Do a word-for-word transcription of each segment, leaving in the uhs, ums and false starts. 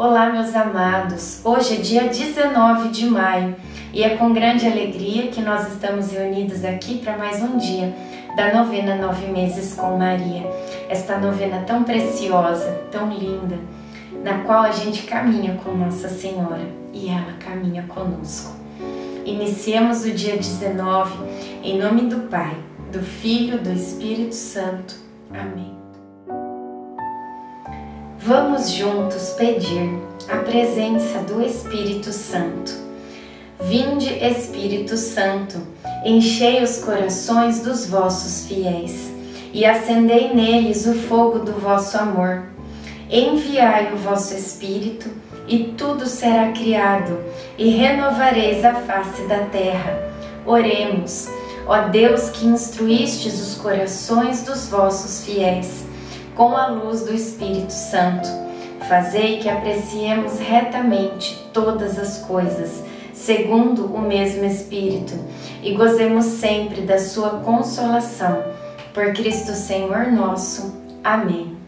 Olá, meus amados! Hoje é dia dezenove de maio e é com grande alegria que nós estamos reunidos aqui para mais um dia da novena Nove Meses com Maria. Esta novena tão preciosa, tão linda, na qual a gente caminha com Nossa Senhora e ela caminha conosco. Iniciemos o dia dezenove em nome do Pai, do Filho, do Espírito Santo. Amém. Vamos juntos pedir a presença do Espírito Santo. Vinde, Espírito Santo, enchei os corações dos vossos fiéis e acendei neles o fogo do vosso amor. Enviai o vosso Espírito e tudo será criado e renovareis a face da terra. Oremos, ó Deus que instruístes os corações dos vossos fiéis com a luz do Espírito Santo, fazei que apreciemos retamente todas as coisas, segundo o mesmo Espírito, e gozemos sempre da sua consolação. Por Cristo Senhor nosso. Amém.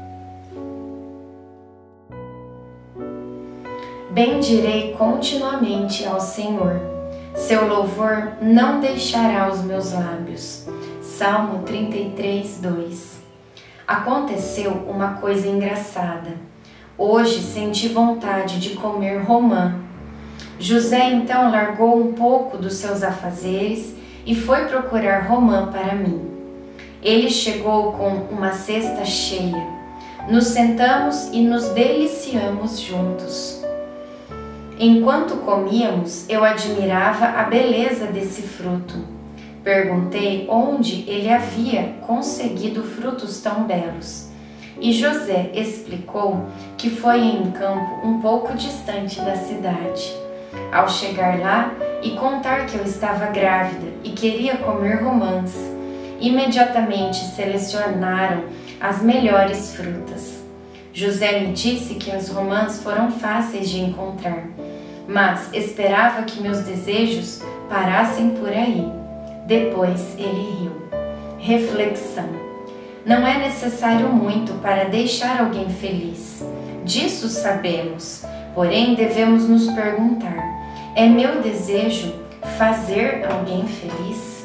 Bendirei continuamente ao Senhor. Seu louvor não deixará os meus lábios. Salmo trinta e três, dois. Aconteceu uma coisa engraçada. Hoje senti vontade de comer romã. José então largou um pouco dos seus afazeres e foi procurar romã para mim. Ele chegou com uma cesta cheia. Nos sentamos e nos deliciamos juntos. Enquanto comíamos, eu admirava a beleza desse fruto. Perguntei onde ele havia conseguido frutos tão belos. E José explicou que foi em um campo um pouco distante da cidade. Ao chegar lá e contar que eu estava grávida e queria comer romãs, imediatamente selecionaram as melhores frutas. José me disse que as romãs foram fáceis de encontrar, mas esperava que meus desejos parassem por aí. Depois ele riu. Reflexão. Não é necessário muito para deixar alguém feliz. Disso sabemos, porém devemos nos perguntar: é meu desejo fazer alguém feliz?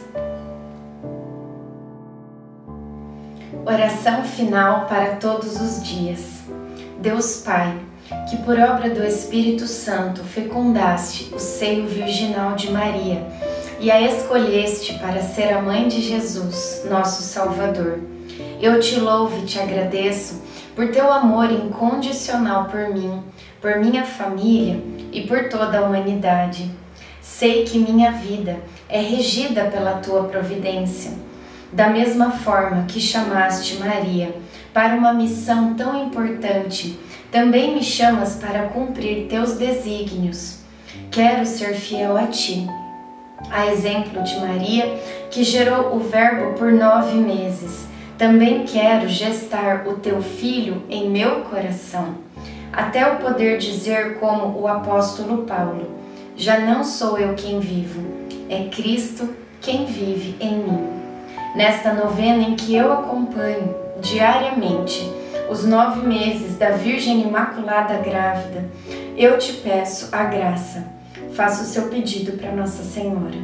Oração final para todos os dias. Deus Pai, que por obra do Espírito Santo fecundaste o seio virginal de Maria e a escolheste para ser a mãe de Jesus, nosso Salvador, eu te louvo e te agradeço por teu amor incondicional por mim, por minha família e por toda a humanidade. Sei que minha vida é regida pela tua providência. Da mesma forma que chamaste Maria para uma missão tão importante, também me chamas para cumprir teus desígnios. Quero ser fiel a ti. A exemplo de Maria, que gerou o Verbo por nove meses, também quero gestar o teu Filho em meu coração, até eu poder dizer como o apóstolo Paulo: já não sou eu quem vivo, é Cristo quem vive em mim. Nesta novena em que eu acompanho diariamente os nove meses da Virgem Imaculada Grávida, eu te peço a graça. Faça o seu pedido para Nossa Senhora.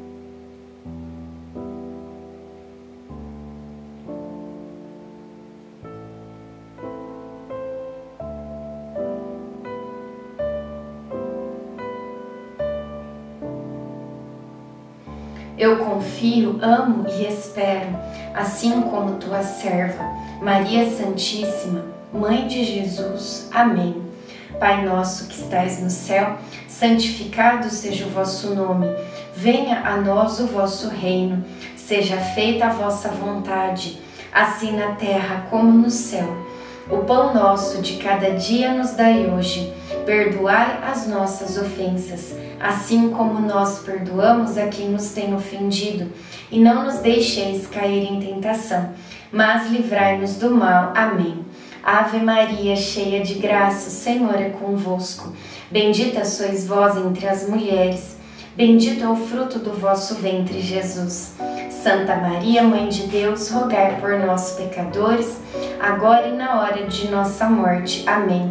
Eu confio, amo e espero, assim como tua serva, Maria Santíssima, Mãe de Jesus. Amém. Pai nosso que estais no céu, santificado seja o vosso nome. Venha a nós o vosso reino. Seja feita a vossa vontade, assim na terra como no céu. O pão nosso de cada dia nos dai hoje. Perdoai as nossas ofensas, assim como nós perdoamos a quem nos tem ofendido. E não nos deixeis cair em tentação, mas livrai-nos do mal. Amém. Ave Maria, cheia de graça, o Senhor é convosco. Bendita sois vós entre as mulheres, bendito é o fruto do vosso ventre, Jesus. Santa Maria, Mãe de Deus, rogai por nós, pecadores, agora e na hora de nossa morte. Amém.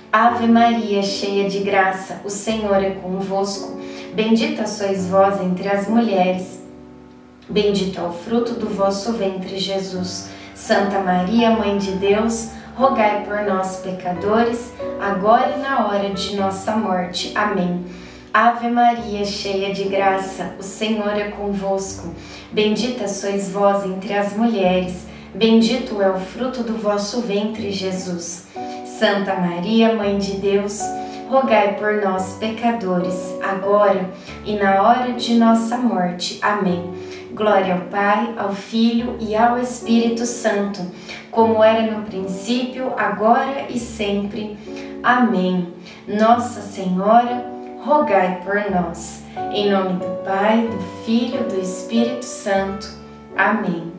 Ave Maria, cheia de graça, o Senhor é convosco. Bendita sois vós entre as mulheres. Bendito é o fruto do vosso ventre, Jesus. Santa Maria, Mãe de Deus, rogai por nós, pecadores, agora e na hora de nossa morte. Amém. Ave Maria, cheia de graça, o Senhor é convosco. Bendita sois vós entre as mulheres. Bendito é o fruto do vosso ventre, Jesus. Santa Maria, Mãe de Deus, rogai por nós, pecadores, agora e na hora de nossa morte. Amém. Glória ao Pai, ao Filho e ao Espírito Santo, como era no princípio, agora e sempre. Amém. Nossa Senhora, rogai por nós. Em nome do Pai, do Filho e do Espírito Santo. Amém.